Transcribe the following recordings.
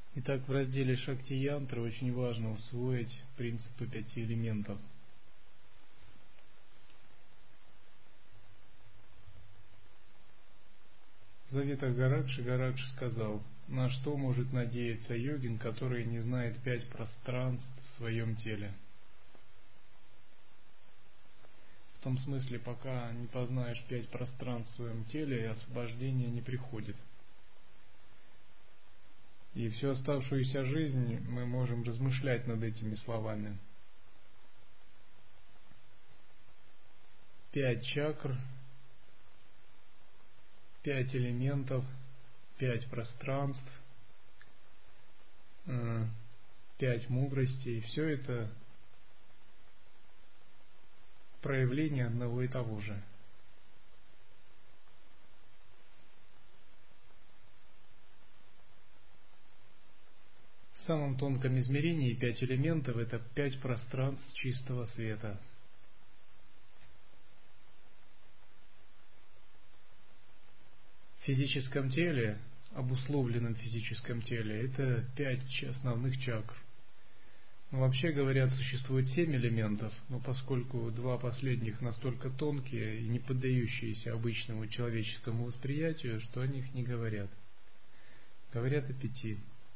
Итак, в разделе Шакти-янтры очень важно усвоить принципы 5 элементов. В заветах Гаракши сказал: на что может надеяться йогин, который не знает 5 пространств в своем теле? В том смысле, пока не познаешь 5 пространств в своем теле, освобождение не приходит. И всю оставшуюся жизнь мы можем размышлять над этими словами. 5 чакр, 5 элементов, 5 пространств, 5 мудростей. Все это проявление одного и того же. В самом тонком измерении 5 элементов — это 5 пространств чистого света. В физическом теле, обусловленном физическом теле, это 5 основных чакр. Но вообще, говорят, существует 7 элементов, но поскольку 2 последних настолько тонкие и не поддающиеся обычному человеческому восприятию, что о них не говорят. Говорят о 5.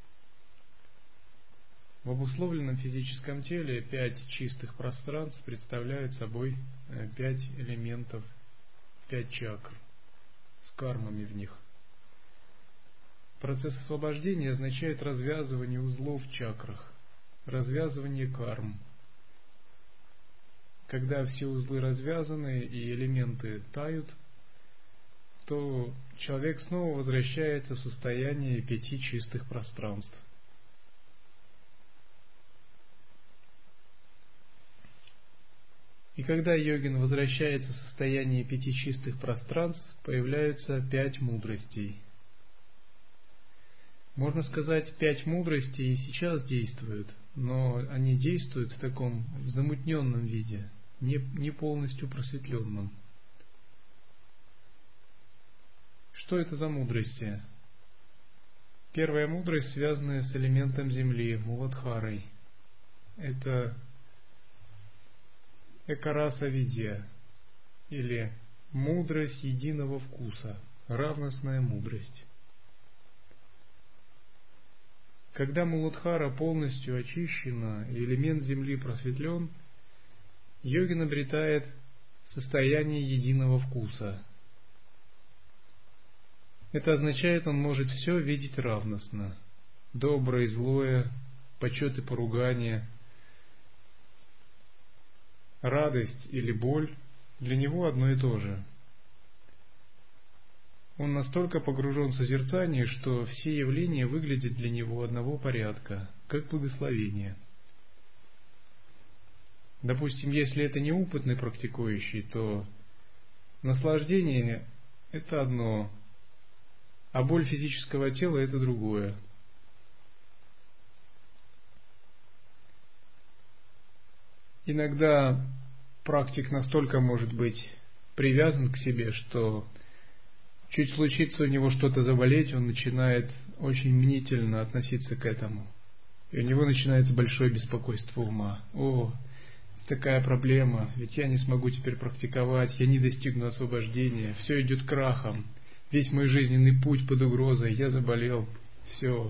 В обусловленном физическом теле 5 чистых пространств представляют собой 5 элементов, 5 чакр с кармами в них. Процесс освобождения означает развязывание узлов в чакрах, развязывание карм. Когда все узлы развязаны и элементы тают, то человек снова возвращается в состояние 5 чистых пространств. И когда йогин возвращается в состояние 5 чистых пространств, появляются 5 мудростей. Можно сказать, 5 мудростей и сейчас действуют, но они действуют в таком замутненном виде, не полностью просветленном. Что это за мудрости? Первая мудрость, связанная с элементом земли, Муладхарой. Это Экараса Видья, или мудрость единого вкуса, равностная мудрость. Когда Муладхара полностью очищена и элемент земли просветлен, йогин обретает состояние единого вкуса. Это означает, он может все видеть равностно. Доброе и злое, почет и поругание, радость или боль для него одно и то же. Он настолько погружен в созерцание, что все явления выглядят для него одного порядка, как благословение. Допустим, если это неопытный практикующий, то наслаждение – это одно, а боль физического тела – это другое. Иногда практик настолько может быть привязан к себе, что чуть случится у него что-то заболеть, он начинает очень мнительно относиться к этому. И у него начинается большое беспокойство ума. О, такая проблема, ведь я не смогу теперь практиковать, я не достигну освобождения, все идет крахом, весь мой жизненный путь под угрозой, я заболел, все.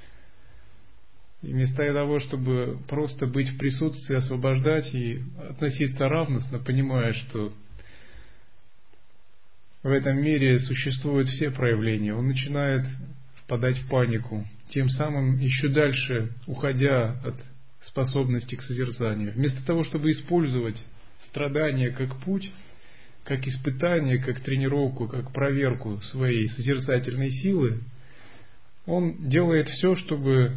И вместо того, чтобы просто быть в присутствии, освобождать и относиться равностно, понимая, что в этом мире существуют все проявления, он начинает впадать в панику, тем самым еще дальше уходя от способности к созерцанию. Вместо того, чтобы использовать страдания как путь, как испытание, как тренировку, как проверку своей созерцательной силы, он делает все, чтобы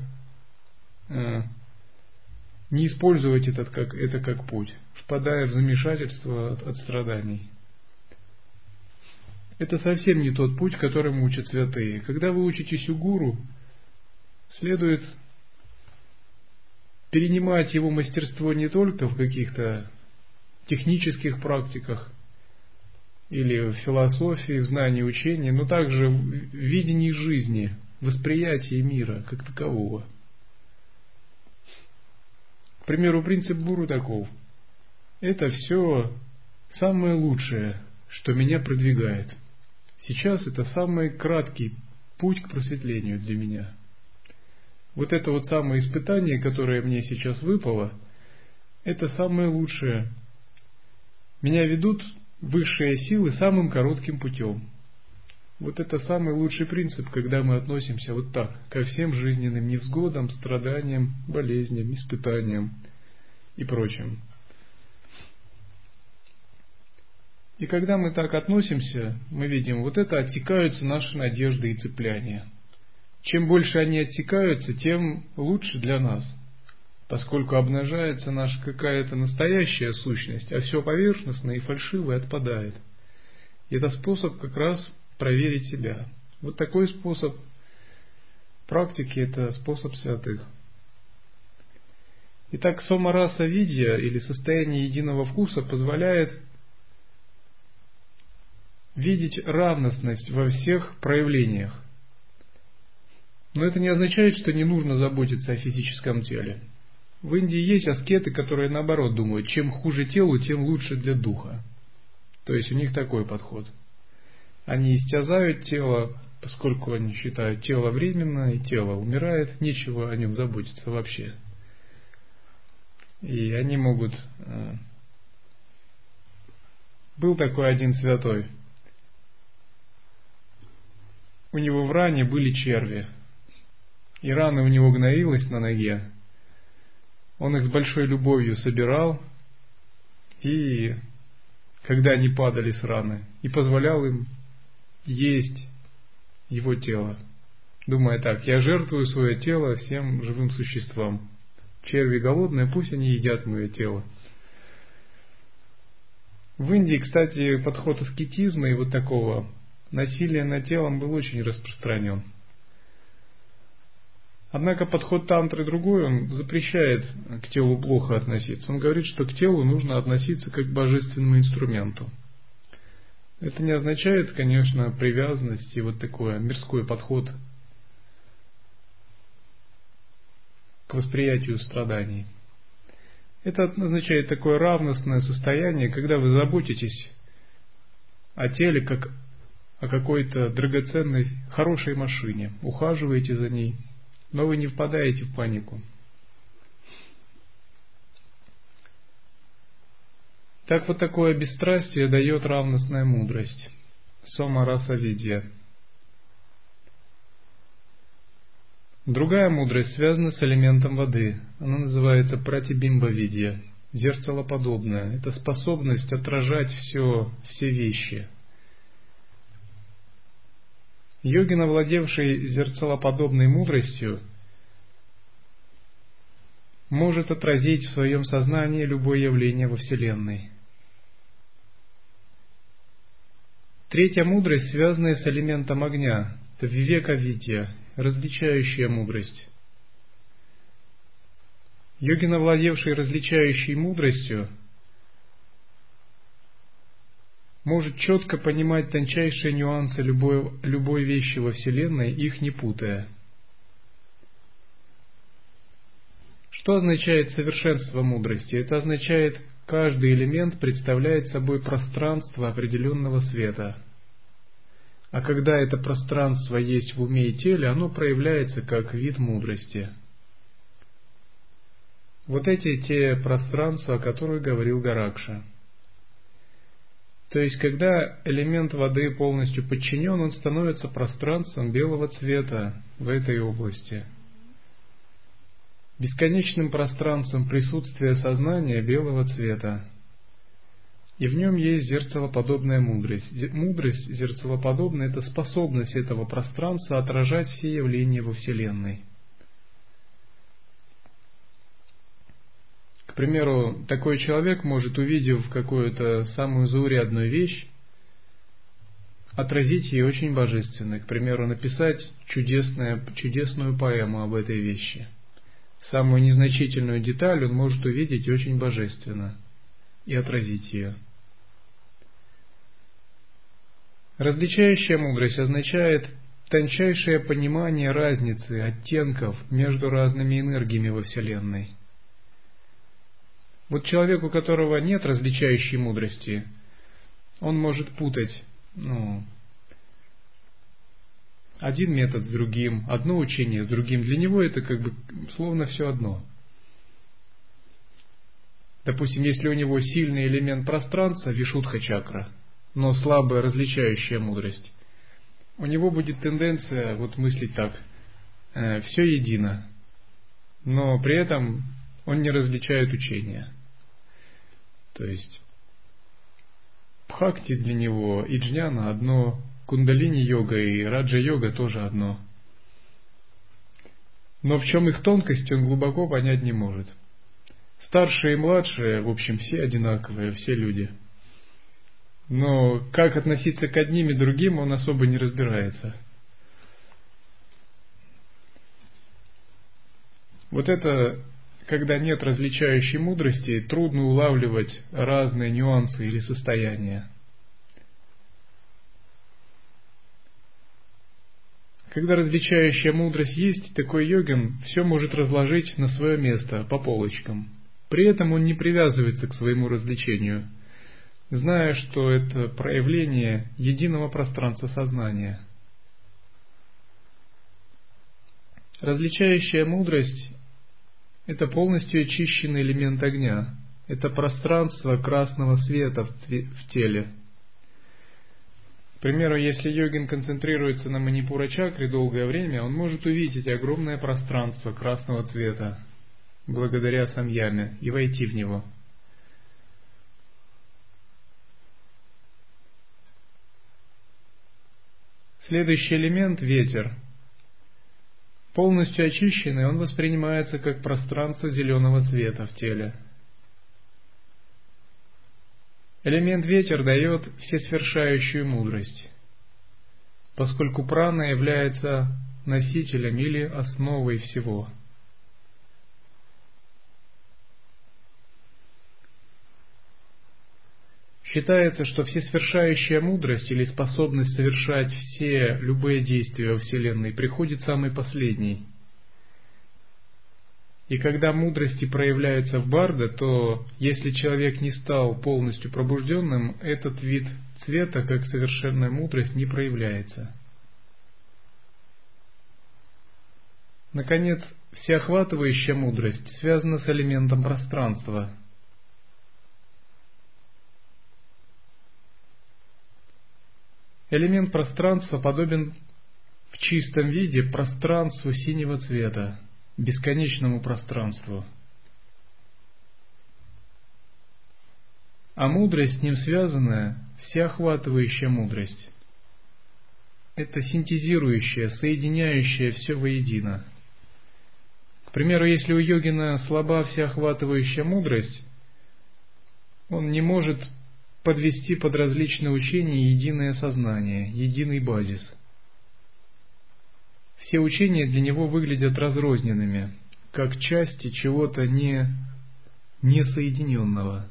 не использовать это как путь, впадая в замешательство от страданий. Это совсем не тот путь, которым учат святые. Когда вы учитесь у гуру, следует перенимать его мастерство не только в каких-то технических практиках или в философии, в знании учения, но также в видении жизни, восприятие мира как такового. К примеру, принцип гуру таков. Это все самое лучшее, что меня продвигает. Сейчас это самый краткий путь к просветлению для меня. Вот это вот самое испытание, которое мне сейчас выпало, это самое лучшее. Меня ведут высшие силы самым коротким путем. Вот это самый лучший принцип, когда мы относимся вот так ко всем жизненным невзгодам, страданиям, болезням, испытаниям и прочим. И когда мы так относимся, мы видим, вот это отсекаются наши надежды и цепляния. Чем больше они отсекаются, тем лучше для нас, поскольку обнажается наша какая-то настоящая сущность, а все поверхностное и фальшивое отпадает. И это способ как раз проверить себя. Вот такой способ практики – это способ святых. Итак, сома-раса видья, или состояние единого вкуса, позволяет видеть равностность во всех проявлениях. Но это не означает, что не нужно заботиться о физическом теле. В Индии есть аскеты, которые наоборот думают, чем хуже телу, тем лучше для духа. То есть у них такой подход. Они истязают тело, поскольку они считают тело временно, и тело умирает, нечего о нем заботиться вообще. И они могут... Был такой один святой. У него в ране были черви. И рана у него гноилась на ноге. Он их с большой любовью собирал, и когда они падали с раны, и позволял им есть его тело, думая так: я жертвую свое тело всем живым существам. Черви голодные, пусть они едят мое тело. В Индии, кстати, подход аскетизма и вот такого насилия над телом был очень распространен. Однако подход тантры другой, он запрещает к телу плохо относиться. Он говорит, что к телу нужно относиться как к божественному инструменту. Это не означает, конечно, привязанность и вот такой мирской подход к восприятию страданий. Это означает такое равностное состояние, когда вы заботитесь о теле как о какой-то драгоценной, хорошей машине, ухаживаете за ней, но вы не впадаете в панику. Так вот такое бесстрастие дает равностная мудрость. Сома-раса видья. Другая мудрость связана с элементом воды. Она называется пратибимба-видья, зеркалоподобная. Это способность отражать все вещи. Йогин, овладевший зеркалоподобной мудростью, может отразить в своем сознании любое явление во Вселенной. Третья мудрость, связанная с элементом огня, это вивека-видья, различающая мудрость. Йогин, овладевший различающей мудростью, может четко понимать тончайшие нюансы любой вещи во Вселенной, их не путая. Что означает совершенство мудрости? Это означает, каждый элемент представляет собой пространство определенного света. А когда это пространство есть в уме и теле, оно проявляется как вид мудрости. Вот эти те пространства, о которых говорил Гаракша. То есть, когда элемент воды полностью подчинен, он становится пространством белого цвета в этой области. Бесконечным пространством присутствия сознания белого цвета. И в нем есть зеркалоподобная мудрость. Мудрость зеркалоподобная – это способность этого пространства отражать все явления во Вселенной. К примеру, такой человек может, увидев какую-то самую заурядную вещь, отразить ее очень божественно. К примеру, написать чудесную поэму об этой вещи. Самую незначительную деталь он может увидеть очень божественно и отразить ее. Различающая мудрость означает тончайшее понимание разницы, оттенков между разными энергиями во Вселенной. Вот человек, у которого нет различающей мудрости, он может путать, один метод с другим, одно учение с другим. Для него это словно все одно. Допустим, если у него сильный элемент пространства, вишудха-чакра, но слабая различающая мудрость, у него будет тенденция мыслить так: все едино, но при этом он не различает учения. То есть бхакти для него и джняна одно, кундалини-йога и раджа-йога тоже одно. Но в чем их тонкость, он глубоко понять не может. Старшие и младшие, в общем, все одинаковые, все люди. Но как относиться к одним и другим, он особо не разбирается. Вот это, когда нет различающей мудрости, трудно улавливать разные нюансы или состояния. Когда различающая мудрость есть, такой йогин все может разложить на свое место, по полочкам. При этом он не привязывается к своему развлечению, зная, что это проявление единого пространства сознания. Различающая мудрость – это полностью очищенный элемент огня, это пространство красного света в теле. К примеру, если йогин концентрируется на манипура-чакре долгое время, он может увидеть огромное пространство красного цвета, благодаря самьяме, и войти в него. Следующий элемент – ветер. Полностью очищенный, он воспринимается как пространство зеленого цвета в теле. Элемент ветер дает всесвершающую мудрость, поскольку прана является носителем или основой всего. Считается, что всесвершающая мудрость или способность совершать любые действия во Вселенной приходит самый последний. И когда мудрости проявляются в барда, то если человек не стал полностью пробужденным, этот вид цвета, как совершенная мудрость, не проявляется. Наконец, всеохватывающая мудрость связана с элементом пространства. Элемент пространства подобен в чистом виде пространству синего цвета, бесконечному пространству. А мудрость с ним связанная, всеохватывающая мудрость. Это синтезирующая, соединяющая все воедино. К примеру, если у йогина слаба всеохватывающая мудрость, он не может подвести под различные учения единое сознание, единый базис. Все учения для него выглядят разрозненными, как части чего-то несоединенного.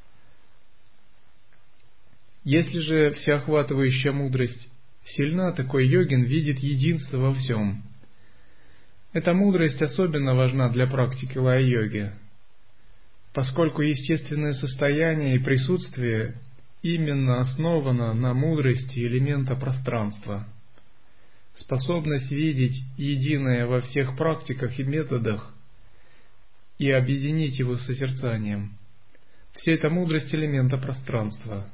Если же всеохватывающая мудрость сильна, такой йогин видит единство во всем. Эта мудрость особенно важна для практики лая-йоги, поскольку естественное состояние и присутствие именно основано на мудрости элемента пространства. Способность видеть единое во всех практиках и методах и объединить его с созерцанием. Все это мудрость элемента пространства.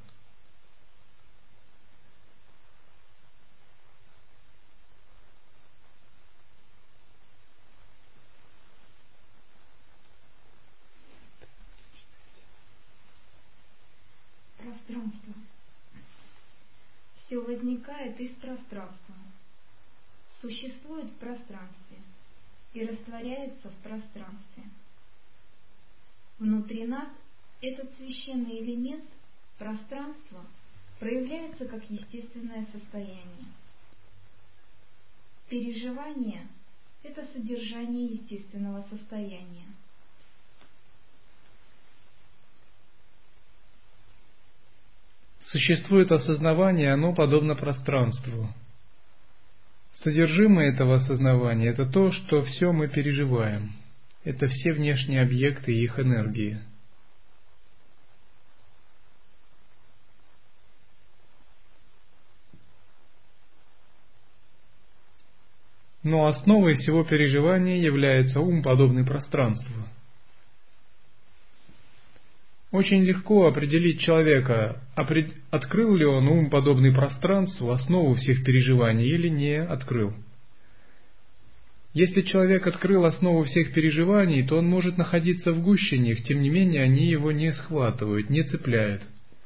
Пространство. Все возникает из пространства, существует в пространстве и растворяется в пространстве. Внутри нас этот священный элемент, пространства, проявляется как естественное состояние. Переживание – это содержание естественного состояния. Существует осознавание, оно подобно пространству. Содержимое этого осознавания – это то, что все мы переживаем. Это все внешние объекты и их энергии. Но основой всего переживания является ум, подобный пространству. Очень легко определить человека, открыл ли он ум, подобный пространству, основу всех переживаний, или не открыл. Если человек открыл основу всех переживаний, то он может находиться в гуще них, тем не менее они его не схватывают, не цепляют.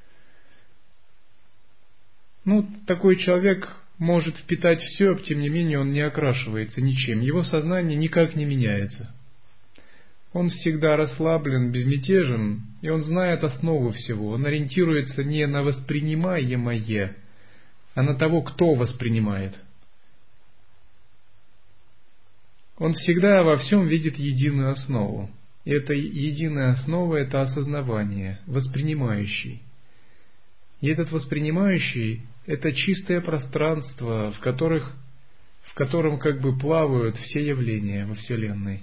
Такой человек может впитать все, тем не менее он не окрашивается ничем, его сознание никак не меняется. Он всегда расслаблен, безмятежен, и он знает основу всего. Он ориентируется не на воспринимаемое, а на того, кто воспринимает. Он всегда во всем видит единую основу. И эта единая основа – это осознавание, воспринимающий. И этот воспринимающий – это чистое пространство, в котором плавают все явления во Вселенной.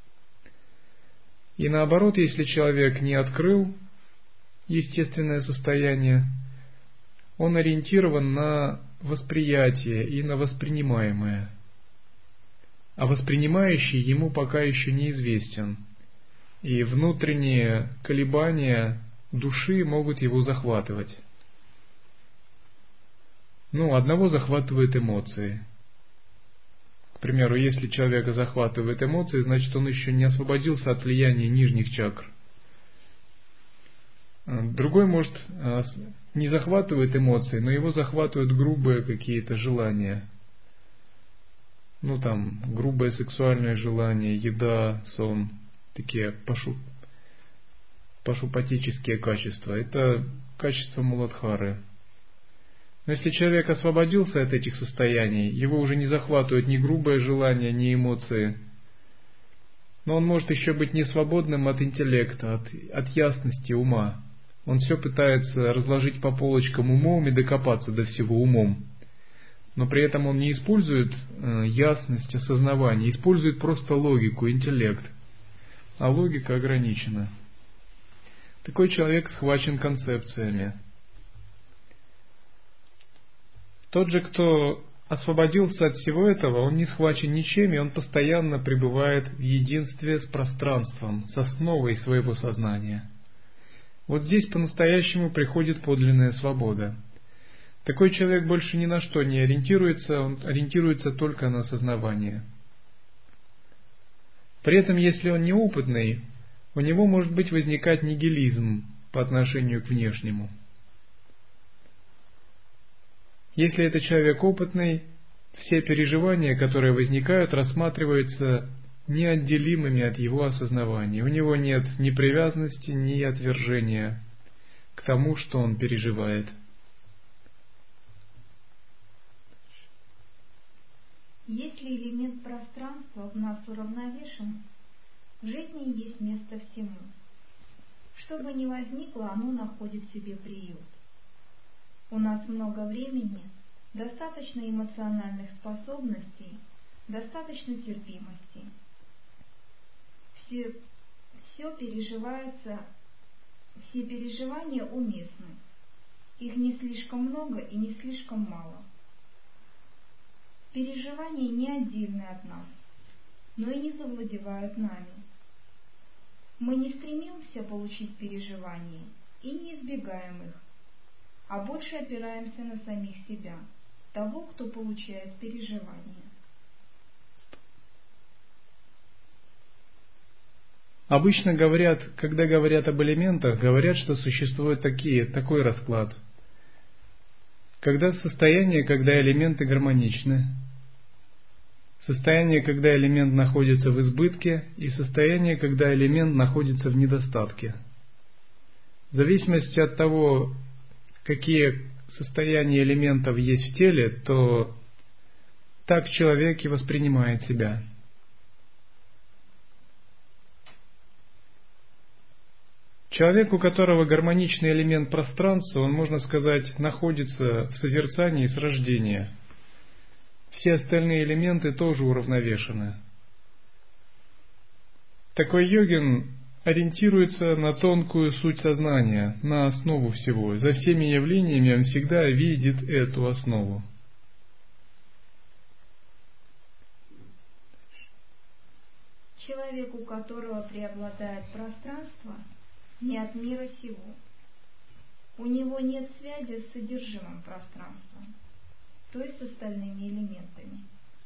И наоборот, если человек не открыл естественное состояние, он ориентирован на восприятие и на воспринимаемое. А воспринимающий ему пока еще неизвестен. И внутренние колебания души могут его захватывать. Одного захватывают эмоции. К примеру, если человека захватывают эмоции, значит он еще не освободился от влияния нижних чакр. Другой, может, не захватывает эмоции, но его захватывают грубые какие-то желания. Грубое сексуальное желание, еда, сон, такие пашупатические качества. Это качество Муладхары. Но если человек освободился от этих состояний, его уже не захватывает ни грубое желание, ни эмоции. Но он может еще быть не свободным от интеллекта, от ясности ума. Он все пытается разложить по полочкам умом и докопаться до всего умом. Но при этом он не использует ясность, осознавание, использует просто логику, интеллект. А логика ограничена. Такой человек схвачен концепциями. Тот же, кто освободился от всего этого, он не схвачен ничем, и он постоянно пребывает в единстве с пространством, с основой своего сознания. Вот здесь по-настоящему приходит подлинная свобода. Такой человек больше ни на что не ориентируется, он ориентируется только на осознавание. При этом, если он неопытный, у него может возникать нигилизм по отношению к внешнему. Если это человек опытный, все переживания, которые возникают, рассматриваются неотделимыми от его осознавания. У него нет ни привязанности, ни отвержения к тому, что он переживает. Если элемент пространства в нас уравновешен, в жизни есть место всему. Что бы ни возникло, оно находит себе приют. У нас много времени, достаточно эмоциональных способностей, достаточно терпимости. Все переживания уместны. Их не слишком много и не слишком мало. Переживания не отдельны от нас, но и не завладевают нами. Мы не стремимся получить переживания и не избегаем их, а больше опираемся на самих себя, того, кто получает переживания. Обычно когда говорят об элементах, говорят, что существует такой расклад. Когда элементы гармоничны, состояние, когда элемент находится в избытке, и состояние, когда элемент находится в недостатке. В зависимости от того, какие состояния элементов есть в теле, то так человек и воспринимает себя. Человек, у которого гармоничный элемент пространства, он, можно сказать, находится в созерцании с рождения. все остальные элементы тоже уравновешены. Такой йогин ориентируется на тонкую суть сознания, на основу всего. За всеми явлениями он всегда видит эту основу. Человек, у которого преобладает пространство, не от мира сего. У него нет связи с содержимым пространства, то есть с остальными элементами.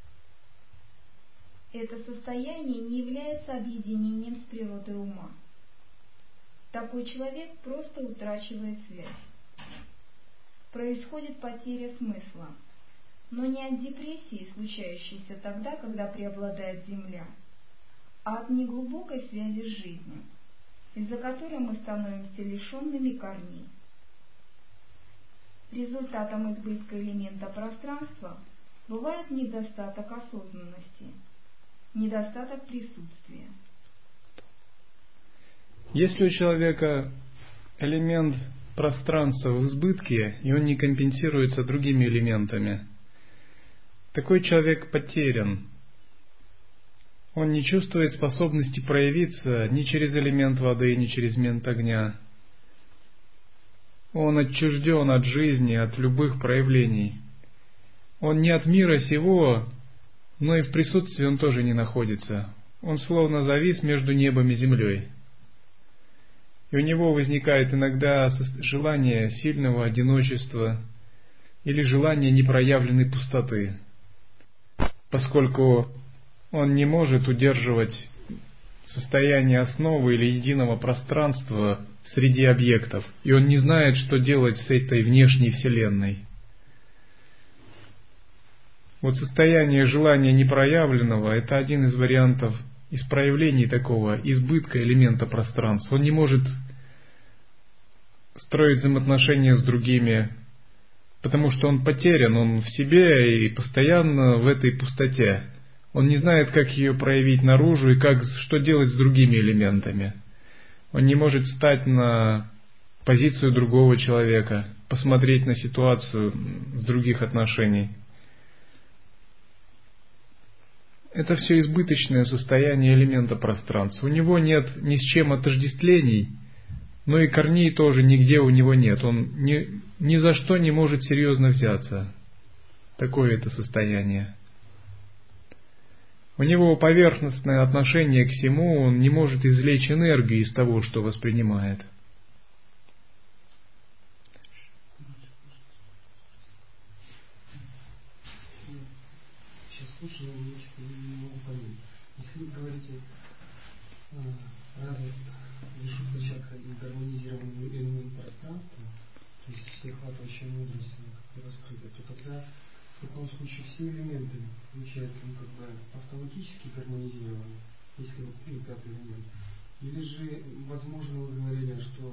Это состояние не является объединением с природой ума. Такой человек просто утрачивает связь. Происходит потеря смысла, но не от депрессии, случающейся тогда, когда преобладает Земля, а от неглубокой связи с жизнью, из-за которой мы становимся лишенными корней. Результатом избытка элемента пространства бывает недостаток осознанности, недостаток присутствия. Если у человека элемент пространства в избытке, и он не компенсируется другими элементами, такой человек потерян. Он не чувствует способности проявиться ни через элемент воды, ни через элемент огня. Он отчужден от жизни, от любых проявлений. Он не от мира сего, но и в присутствии он тоже не находится. Он словно завис между небом и землей. И у него возникает иногда желание сильного одиночества или желание непроявленной пустоты, поскольку он не может удерживать состояние основы или единого пространства среди объектов, и он не знает, что делать с этой внешней вселенной. Вот состояние желания непроявленного – это один из вариантов, из проявлений такого избытка элемента пространства. Он не может строить взаимоотношения с другими, потому что он потерян, он в себе и постоянно в этой пустоте. Он не знает, как ее проявить наружу и что делать с другими элементами. Он не может встать на позицию другого человека, посмотреть на ситуацию с других отношений. Это все избыточное состояние элемента пространства. У него нет ни с чем отождествлений, но и корней тоже нигде у него нет. Он ни за что не может серьезно взяться. Такое это состояние. У него поверхностное отношение к всему, он не может извлечь энергию из того, что воспринимает. Сейчас слушаю, не могу понять. Если вы говорите, разве вишудха чакра и гармонизированный элемент пространства, то есть всеохватывающая мудрость как-то раскрыта, то тогда в таком случае все элементы, получается, автоматически гармонизированы, если вот пятый элемент. Или же, возможно, вы говорили, что,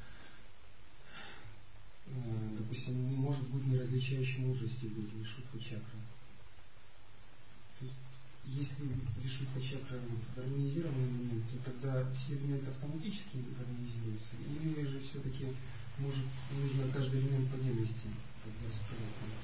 допустим, может быть неразличающей мудрости быть вишудха чакра. То есть, если вишудха чакра гармонизированный элемент, то тогда все элементы автоматически гармонизируются, или же все-таки нужно каждый элемент по отдельности раскрывать?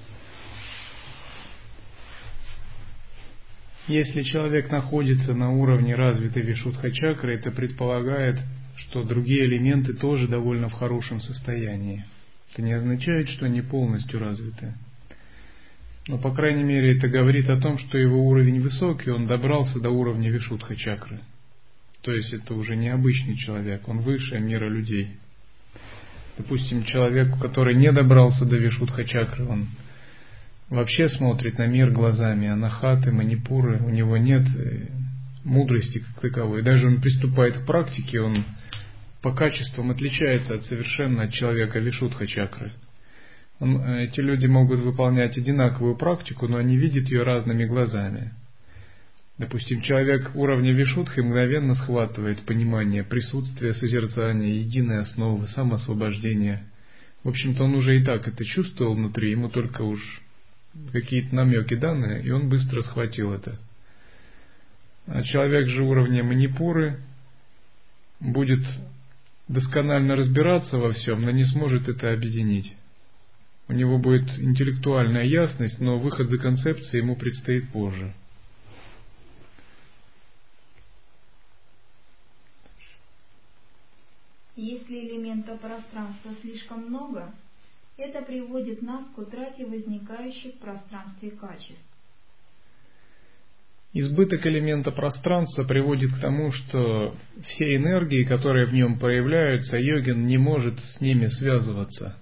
Если человек находится на уровне развитой вишудха чакры, это предполагает, что другие элементы тоже довольно в хорошем состоянии. Это не означает, что они полностью развиты. Но, по крайней мере, это говорит о том, что его уровень высокий, он добрался до уровня вишудха чакры. То есть это уже не обычный человек, он выше мира людей. Допустим, человек, который не добрался до вишудха чакры, он вообще смотрит на мир глазами анахаты, манипуры, у него нет мудрости как таковой. Даже он приступает к практике, он по качествам отличается совершенно от человека вишудха чакры. Эти люди могут выполнять одинаковую практику, но они видят ее разными глазами. Допустим, человек уровня вишудхи мгновенно схватывает понимание присутствия, созерцания, единой основы, самоосвобождения. В общем-то, он уже и так это чувствовал внутри, ему только уж какие-то намеки даны, и он быстро схватил это. А человек же уровня манипуры будет досконально разбираться во всем, но не сможет это объединить. У него будет интеллектуальная ясность, но выход за концепцией ему предстоит позже. Если элемента пространства слишком много, это приводит нас к утрате возникающих в пространстве качеств. Избыток элемента пространства приводит к тому, что все энергии, которые в нем проявляются, йогин не может с ними связываться.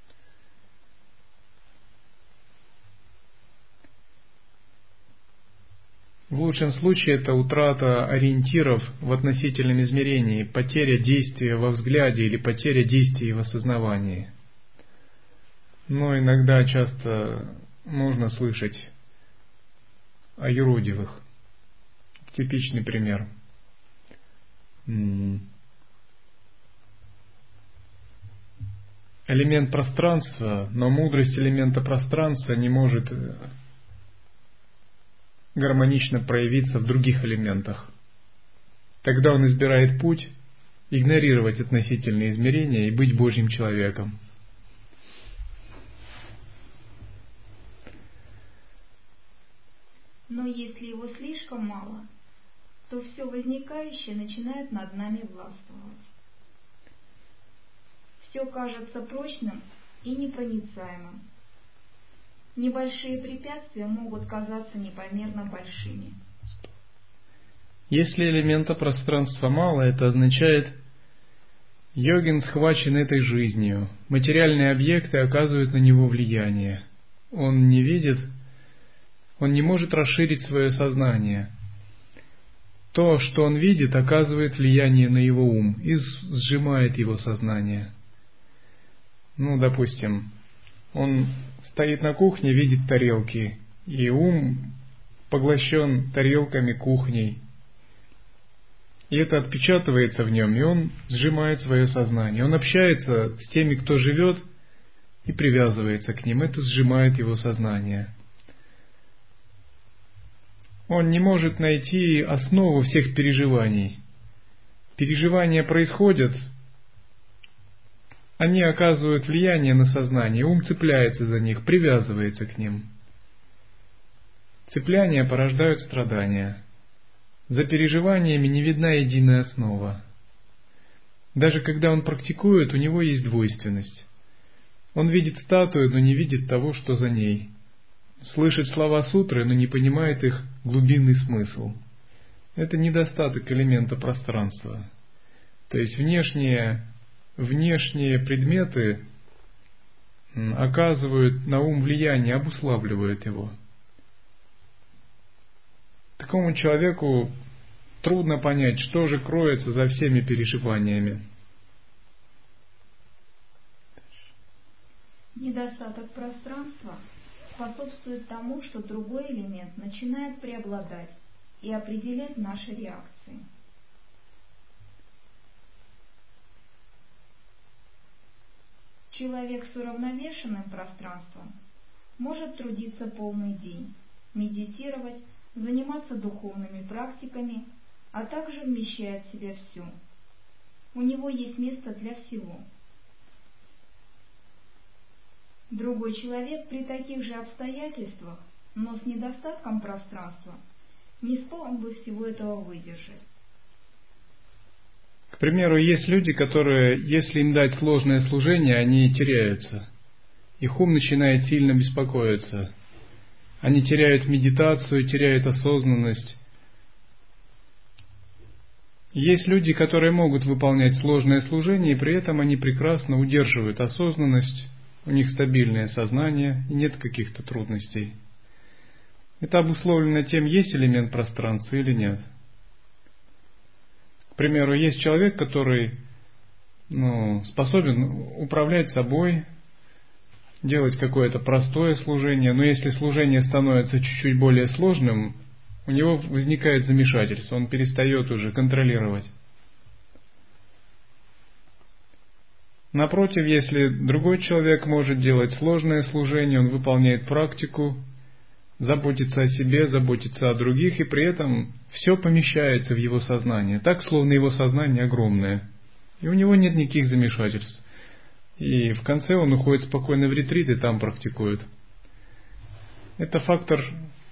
В лучшем случае это утрата ориентиров в относительном измерении, потеря действия во взгляде или потеря действия в осознавании. Но иногда часто можно слышать о юродивых. Типичный пример. Элемент пространства, но мудрость элемента пространства не может гармонично проявиться в других элементах. Тогда он избирает путь игнорировать относительные измерения и быть Божьим человеком. Но если его слишком мало, то все возникающее начинает над нами властвовать. Все кажется прочным и непроницаемым. Небольшие препятствия могут казаться непомерно большими. Если элемента пространства мало, это означает, йогин схвачен этой жизнью. Материальные объекты оказывают на него влияние. Он не видит, он не может расширить свое сознание. То, что он видит, оказывает влияние на его ум и сжимает его сознание. Допустим, он стоит на кухне, видит тарелки, и ум поглощен тарелками, кухней. И это отпечатывается в нем, и он сжимает свое сознание. Он общается с теми, кто живет, и привязывается к ним. Это сжимает его сознание. Он не может найти основу всех переживаний. Переживания происходят, они оказывают влияние на сознание, ум цепляется за них, привязывается к ним. Цепляния порождают страдания. За переживаниями не видна единая основа. Даже когда он практикует, у него есть двойственность. Он видит статую, но не видит того, что за ней. Слышит слова сутры, но не понимает их глубинный смысл. Это недостаток элемента пространства. То есть внешние предметы оказывают на ум влияние, обуславливают его. Такому человеку трудно понять, что же кроется за всеми переживаниями. Недостаток пространства способствует тому, что другой элемент начинает преобладать и определять наши реакции. Человек с уравновешенным пространством может трудиться полный день, медитировать, заниматься духовными практиками, а также вмещает в себя все. У него есть место для всего. Другой человек при таких же обстоятельствах, но с недостатком пространства, не смог бы всего этого выдержать. К примеру, есть люди, которые, если им дать сложное служение, они теряются. Их ум начинает сильно беспокоиться. Они теряют медитацию, теряют осознанность. Есть люди, которые могут выполнять сложное служение, и при этом они прекрасно удерживают осознанность, у них стабильное сознание, и нет каких-то трудностей. Это обусловлено тем, есть элемент пространства или нет. К примеру, есть человек, который способен управлять собой, делать какое-то простое служение, но если служение становится чуть-чуть более сложным, у него возникает замешательство, он перестает уже контролировать. Напротив, если другой человек может делать сложное служение, он выполняет практику, заботится о себе, заботится о других, и при этом все помещается в его сознание, так, словно его сознание огромное, и у него нет никаких замешательств. И в конце он уходит спокойно в ретрит и там практикует. Это фактор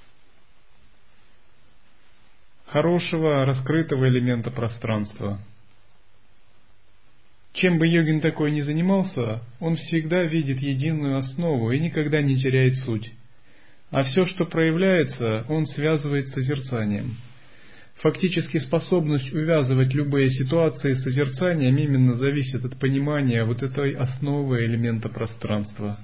хорошего, раскрытого элемента пространства. Чем бы йогин такой ни занимался, он всегда видит единую основу и никогда не теряет суть. А все, что проявляется, он связывает с созерцанием. Фактически способность увязывать любые ситуации с созерцанием именно зависит от понимания вот этой основы элемента пространства.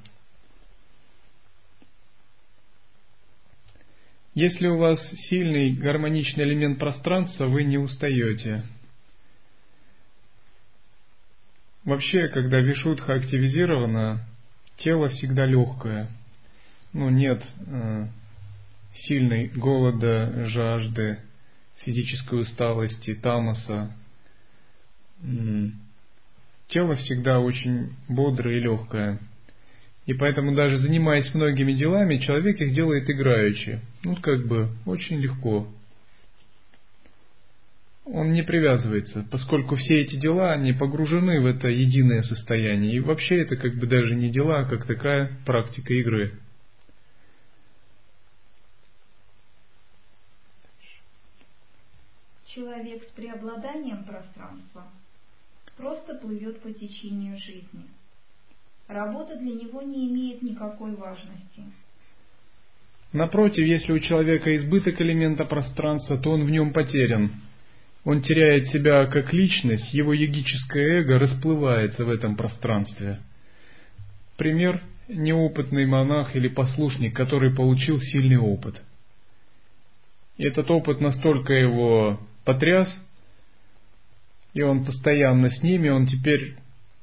Если у вас сильный гармоничный элемент пространства, вы не устаете. Вообще, когда вишудха активизирована, тело всегда легкое. Нет сильной голода, жажды, физической усталости, тамаса. Тело всегда очень бодрое и легкое. И поэтому даже занимаясь многими делами, человек их делает играючи. Очень легко. Он не привязывается, поскольку все эти дела, они погружены в это единое состояние. И вообще это даже не дела, а как такая практика игры. Человек с преобладанием пространства просто плывет по течению жизни. Работа для него не имеет никакой важности. Напротив, если у человека избыток элемента пространства, то он в нем потерян. Он теряет себя как личность, его йогическое эго расплывается в этом пространстве. Пример – неопытный монах или послушник, который получил сильный опыт. И этот опыт настолько его потряс, и он постоянно с ними, он теперь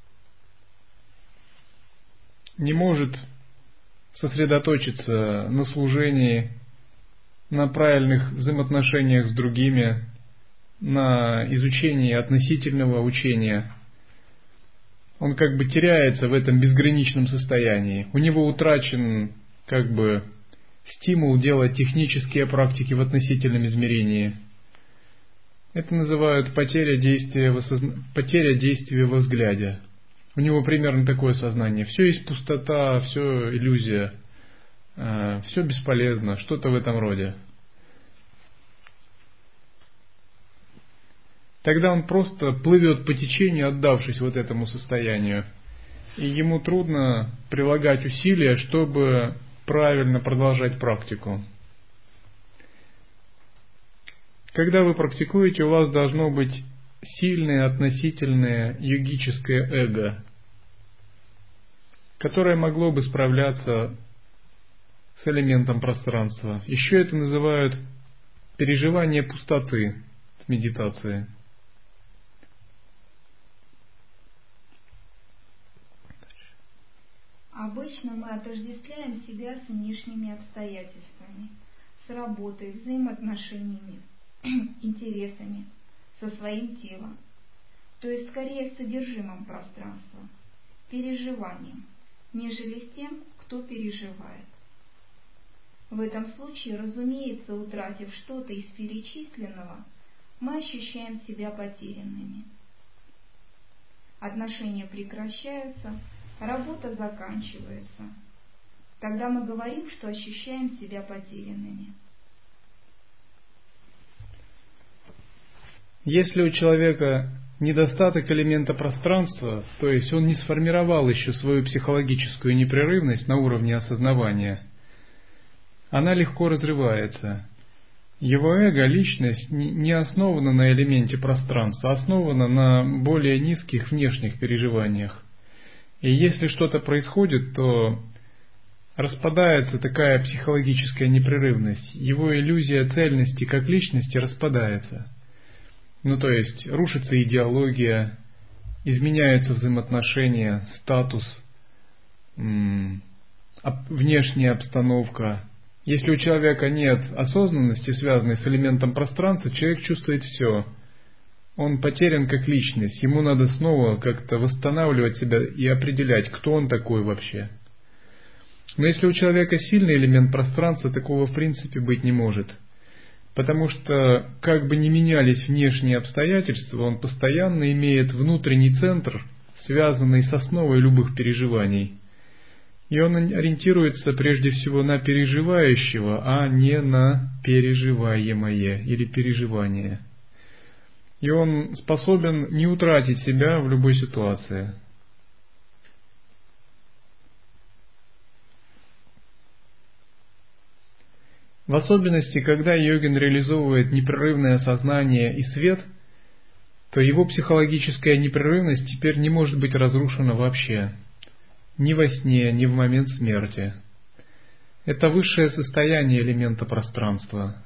не может сосредоточиться на служении, на правильных взаимоотношениях с другими, на изучении относительного учения. Он теряется в этом безграничном состоянии. У него утрачен стимул делать технические практики в относительном измерении. Это называют потеря действия во взгляде. У него примерно такое сознание. Все есть пустота, все иллюзия, все бесполезно, что-то в этом роде. Тогда он просто плывет по течению, отдавшись этому состоянию. И ему трудно прилагать усилия, чтобы правильно продолжать практику. Когда вы практикуете, у вас должно быть сильное относительное йогическое эго, которое могло бы справляться с элементом пространства. Еще это называют переживание пустоты в медитации. Обычно мы отождествляем себя с внешними обстоятельствами, с работой, взаимоотношениями, интересами, со своим телом, то есть скорее с содержимым пространства, переживанием, нежели с тем, кто переживает. В этом случае, разумеется, утратив что-то из перечисленного, мы ощущаем себя потерянными. Отношения прекращаются, работа заканчивается. Тогда мы говорим, что ощущаем себя потерянными. Если у человека недостаток элемента пространства, то есть он не сформировал еще свою психологическую непрерывность на уровне осознавания, она легко разрывается. Его эго, личность, не основана на элементе пространства, а основана на более низких внешних переживаниях. И если что-то происходит, то распадается такая психологическая непрерывность. Его иллюзия цельности как личности распадается. То есть рушится идеология, изменяются взаимоотношения, статус, внешняя обстановка. Если у человека нет осознанности, связанной с элементом пространства, человек чувствует все. Он потерян как личность, ему надо снова как-то восстанавливать себя и определять, кто он такой вообще. Но если у человека сильный элемент пространства, такого в принципе быть не может. Потому что, как бы ни менялись внешние обстоятельства, он постоянно имеет внутренний центр связанный с основой любых переживаний. И он ориентируется прежде всего на переживающего, а не на переживаемое или переживание. И он способен не утратить себя в любой ситуации. В особенности, когда йогин реализовывает непрерывное сознание и свет, то его психологическая непрерывность теперь не может быть разрушена вообще. Ни во сне, ни в момент смерти. Это высшее состояние элемента пространства.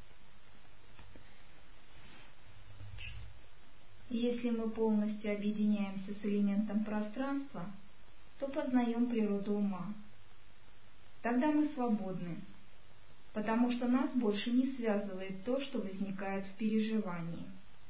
Если мы полностью объединяемся с элементом пространства, то познаем природу ума. Тогда мы свободны, потому что нас больше не связывает то, что возникает в переживании.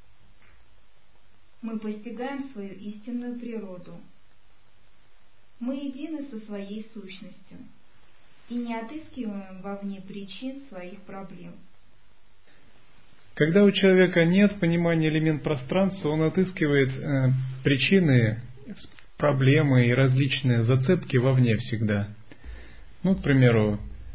Мы постигаем свою истинную природу. Мы едины со своей сущностью и не отыскиваем вовне причин своих проблем. Когда у человека нет понимания элемента пространства, он отыскивает причины, проблемы и различные зацепки вовне всегда. Ну, к примеру,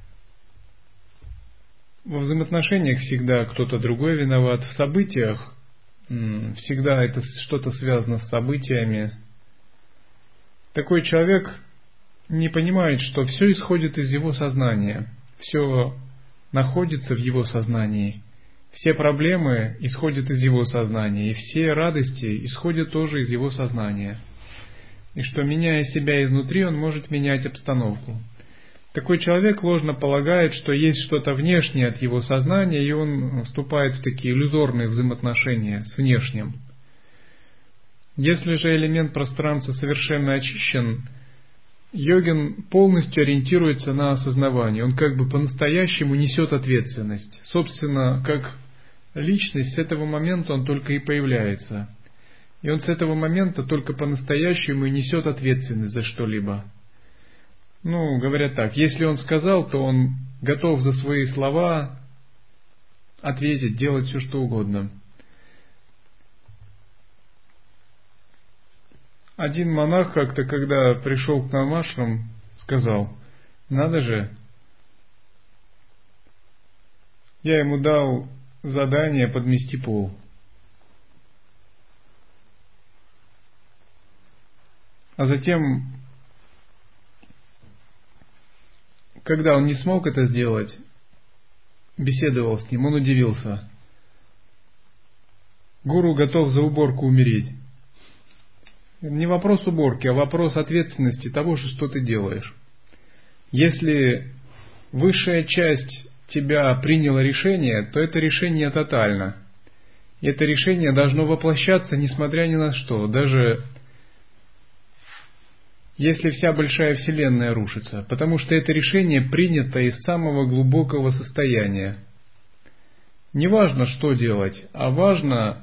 во взаимоотношениях всегда кто-то другой виноват, в событиях всегда это что-то связано с событиями. Такой человек не понимает, что все исходит из его сознания, все находится в его сознании, все проблемы исходят из его сознания, и все радости исходят тоже из его сознания. И что, меняя себя изнутри, он может менять обстановку. Такой человек ложно полагает, что есть что-то внешнее от его сознания, и он вступает в такие иллюзорные взаимоотношения с внешним. Если же элемент пространства совершенно очищен, йогин полностью ориентируется на осознавание. Он как бы по-настоящему несет ответственность. Собственно, как личность, с этого момента он только и появляется. И он с этого момента только по-настоящему и несет ответственность за что-либо. Ну, говорят так, если он сказал, то он готов за свои слова ответить, делать все, что угодно. Один монах как-то, когда пришел к нам в ашрам, сказал: надо же, я ему дал задание подмести пол. А затем, когда он не смог это сделать, беседовал с ним, он удивился. Гуру готов за уборку умереть. Не вопрос уборки, а вопрос ответственности того, что ты делаешь. Если высшая часть тебя приняла решение, то это решение тотально. И это решение должно воплощаться, несмотря ни на что. Даже если вся большая вселенная рушится. Потому что это решение принято из самого глубокого состояния. Не важно, что делать, а важно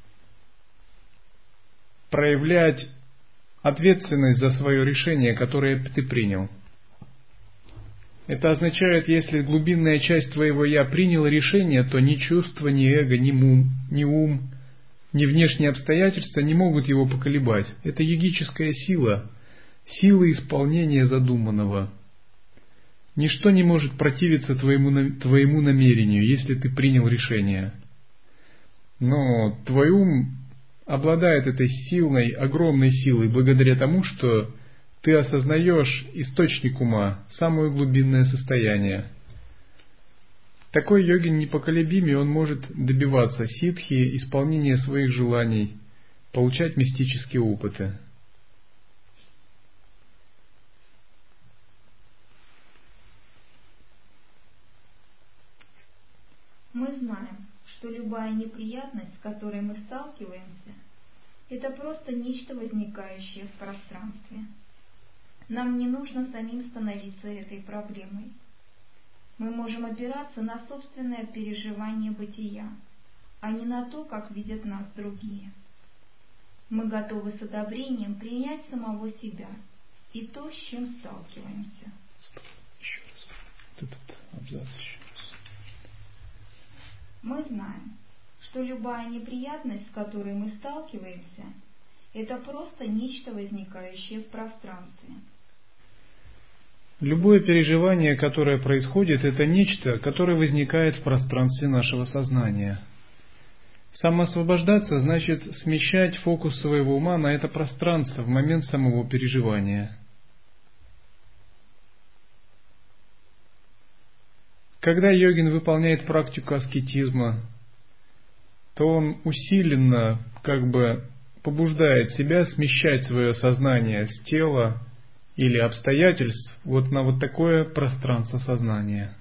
проявлять ответственность за свое решение, которое ты принял. Это означает, если глубинная часть твоего «я» приняла решение, то ни чувство, ни эго, ни ум, ни внешние обстоятельства не могут его поколебать. Это йогическая сила, сила исполнения задуманного. Ничто не может противиться твоему намерению, если ты принял решение. Но твой ум обладает этой силой, огромной силой, благодаря тому, что ты осознаешь источник ума, самое глубинное состояние. Такой йогин непоколебим, и он может добиваться ситхи, исполнения своих желаний, получать мистические опыты. Мы знаем, что любая неприятность, с которой мы сталкиваемся, это просто нечто возникающее в пространстве. Нам не нужно самим становиться этой проблемой. Мы можем опираться на собственное переживание бытия, а не на то, как видят нас другие. Мы готовы с одобрением принять самого себя и то, с чем сталкиваемся. Еще раз. Этот абзац еще раз. Мы знаем, что любая неприятность, с которой мы сталкиваемся, Это просто нечто, возникающее в пространстве. Любое переживание, которое происходит, это нечто, которое возникает в пространстве нашего сознания. Самоосвобождаться значит смещать фокус своего ума на это пространство в момент самого переживания. Когда йогин выполняет практику аскетизма, то он усиленно побуждает себя смещать свое сознание с тела или обстоятельств на такое пространство сознания.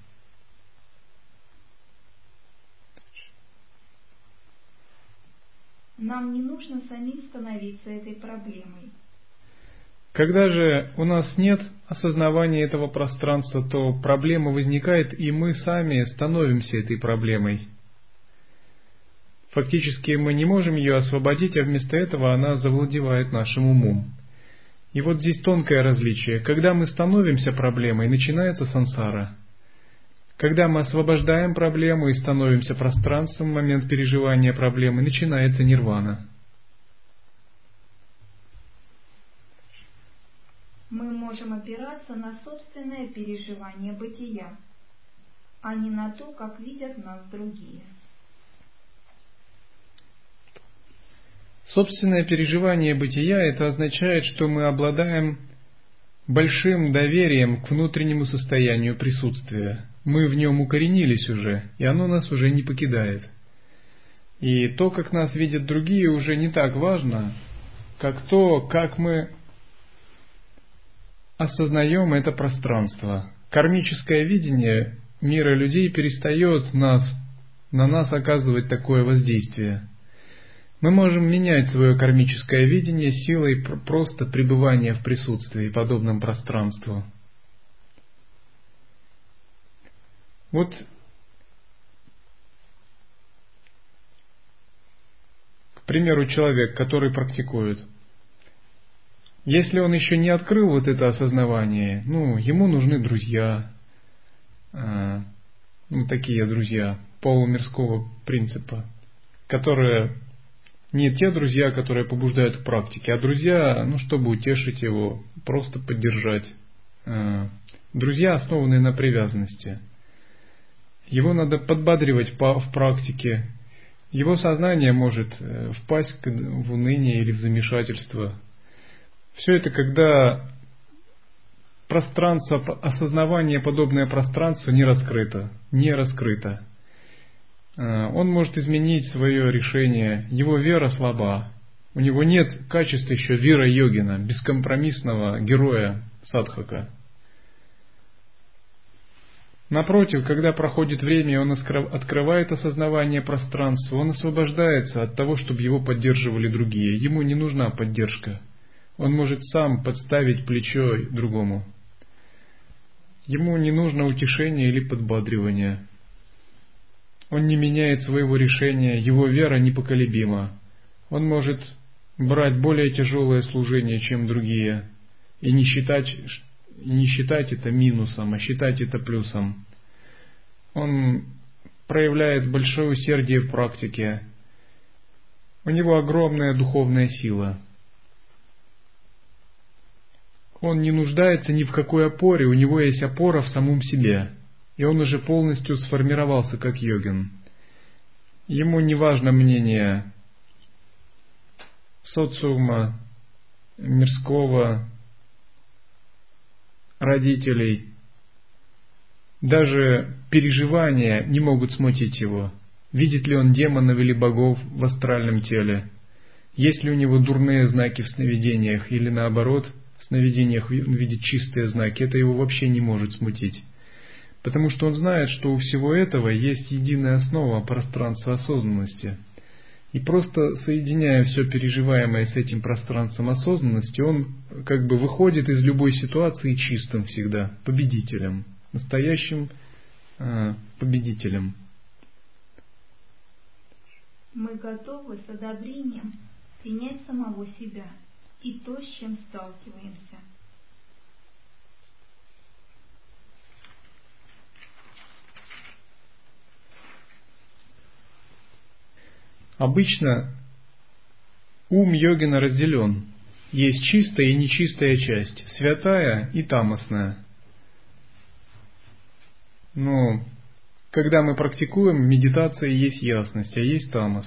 Нам не нужно самим становиться этой проблемой. Когда же у нас нет осознавания этого пространства, то проблема возникает, и мы сами становимся этой проблемой. Фактически мы не можем ее освободить, а вместо этого она завладевает нашим умом. И вот здесь тонкое различие. Когда мы становимся проблемой, начинается сансара. Когда мы освобождаем проблему и становимся пространством в момент переживания проблемы, начинается нирвана. Мы можем опираться на собственное переживание бытия, а не на то, как видят нас другие. Собственное переживание бытия – это означает, что мы обладаем большим доверием к внутреннему состоянию присутствия. Мы в нем укоренились уже, и оно нас уже не покидает. И то, как нас видят другие, уже не так важно, как то, как мы осознаем это пространство. Кармическое видение мира людей перестает на нас оказывать такое воздействие. Мы можем менять свое кармическое видение силой просто пребывания в присутствии, подобном пространству. Вот, к примеру, человек, который практикует. Если он еще не открыл это осознавание, ему нужны друзья, такие друзья полумирского принципа, которые не те друзья, которые побуждают к практике, а друзья, чтобы утешить его, просто поддержать. Друзья, основанные на привязанности. Его надо подбадривать в практике. Его сознание может впасть в уныние или в замешательство. Все это, когда пространство, осознавание, подобное пространству не раскрыто. Он может изменить свое решение, его вера слаба. У него нет качества еще вира йогина, бескомпромиссного героя садхака. Напротив, когда проходит время, и он открывает осознавание пространства, он освобождается от того, чтобы его поддерживали другие. Ему не нужна поддержка. Он может сам подставить плечо другому. Ему не нужно утешение или подбадривание. Он не меняет своего решения, его вера непоколебима. Он может брать более тяжелое служение, чем другие, и не считать это минусом, а считать это плюсом. Он проявляет большое усердие в практике. У него огромная духовная сила. Он не нуждается ни в какой опоре, у него есть опора в самом себе. И он уже полностью сформировался как йогин. Ему не важно мнение социума, мирского, родителей. Даже переживания не могут смутить его. Видит ли он демонов или богов в астральном теле? Есть ли у него дурные знаки в сновидениях? Или наоборот, в сновидениях он видит чистые знаки? Это его вообще не может смутить. Потому что он знает, что у всего этого есть единая основа пространства осознанности. И просто соединяя все переживаемое с этим пространством осознанности, он выходит из любой ситуации чистым всегда, победителем, настоящим победителем. Мы готовы с одобрением принять самого себя и то, с чем сталкиваемся. Обычно ум йогина разделен. Есть чистая и нечистая часть, святая и тамосная. Но когда мы практикуем, в медитации есть ясность, а есть тамос.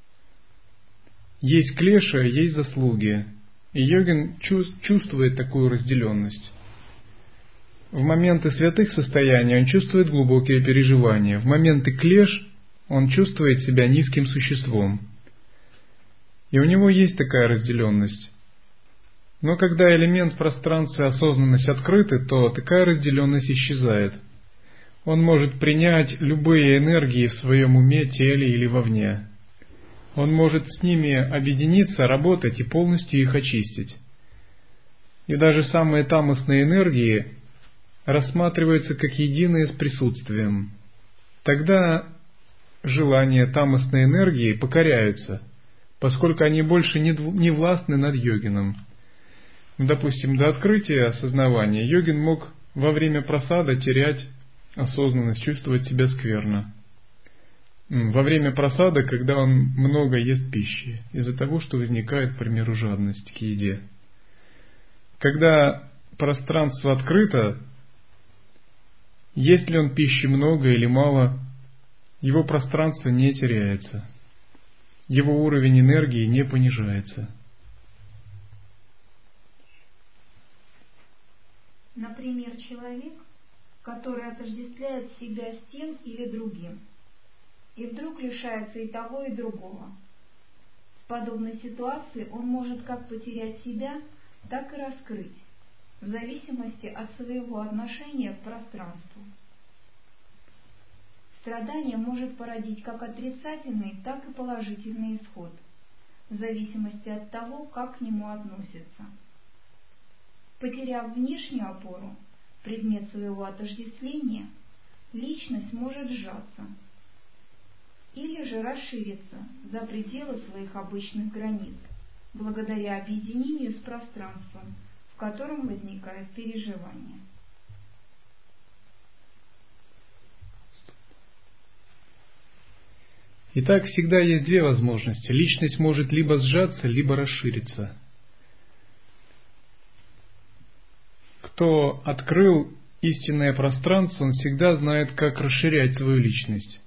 Есть клеша, есть заслуги. И йогин чувствует такую разделенность. В моменты святых состояний он чувствует глубокие переживания. В моменты клеш он чувствует себя низким существом. И у него есть такая разделенность. Но когда элемент пространства и осознанность открыты, то такая разделенность исчезает. Он может принять любые энергии в своем уме, теле или вовне. Он может с ними объединиться, работать и полностью их очистить. И даже самые тамосные энергии рассматриваются как единые с присутствием. Тогда желания тамосной энергии покоряются, поскольку они больше не властны над йогином. Допустим, до открытия осознавания йогин мог во время прасада терять осознанность, чувствовать себя скверно. Во время прасада, когда он много ест пищи, из-за того, что возникает, к примеру, жадность к еде. Когда пространство открыто, есть ли он пищи много или мало, его пространство не теряется, его уровень энергии не понижается. Например, человек, который отождествляет себя с тем или другим, и вдруг лишается и того, и другого. В подобной ситуации он может как потерять себя, так и раскрыть, в зависимости от своего отношения к пространству. Страдание может породить как отрицательный, так и положительный исход, в зависимости от того, как к нему относятся. Потеряв внешнюю опору, предмет своего отождествления, личность может сжаться или же расшириться за пределы своих обычных границ, благодаря объединению с пространством, в котором возникает переживание. Итак, всегда есть две возможности. Личность может либо сжаться, либо расшириться. Кто открыл истинное пространство, он всегда знает, как расширять свою личность.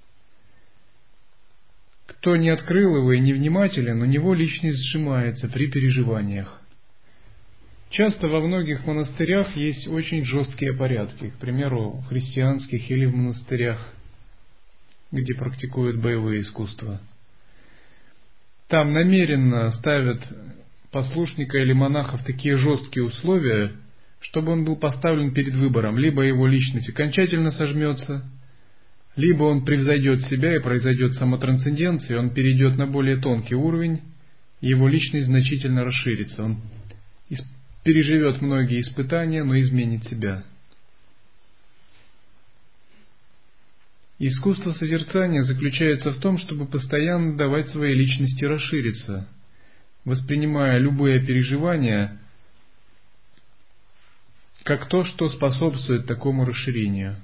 Кто не открыл его и невнимателен, у него личность сжимается при переживаниях. Часто во многих монастырях есть очень жесткие порядки, к примеру, в христианских или в монастырях, где практикуют боевые искусства. Там намеренно ставят послушника или монаха в такие жесткие условия, чтобы он был поставлен перед выбором: либо его личность окончательно сожмется, либо он превзойдет себя и произойдет самотрансценденция, он перейдет на более тонкий уровень, и его личность значительно расширится. Он переживет многие испытания, но изменит себя. Искусство созерцания заключается в том, чтобы постоянно давать своей личности расшириться, воспринимая любые переживания как то, что способствует такому расширению.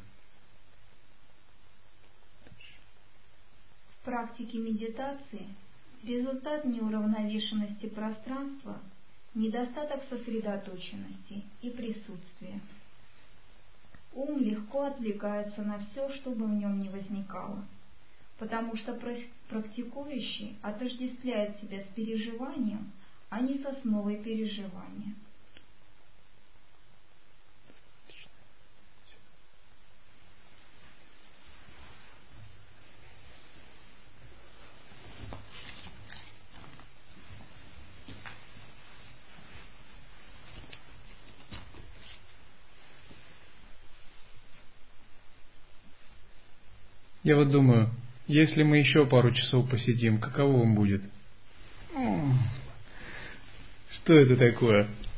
В практике медитации результат неуравновешенности пространства – недостаток сосредоточенности и присутствия. Ум легко отвлекается на все, что бы в нем ни возникало, потому что практикующий отождествляет себя с переживанием, а не с основой переживания. Я вот думаю, если мы еще пару часов посидим, каково вам будет? Что это такое?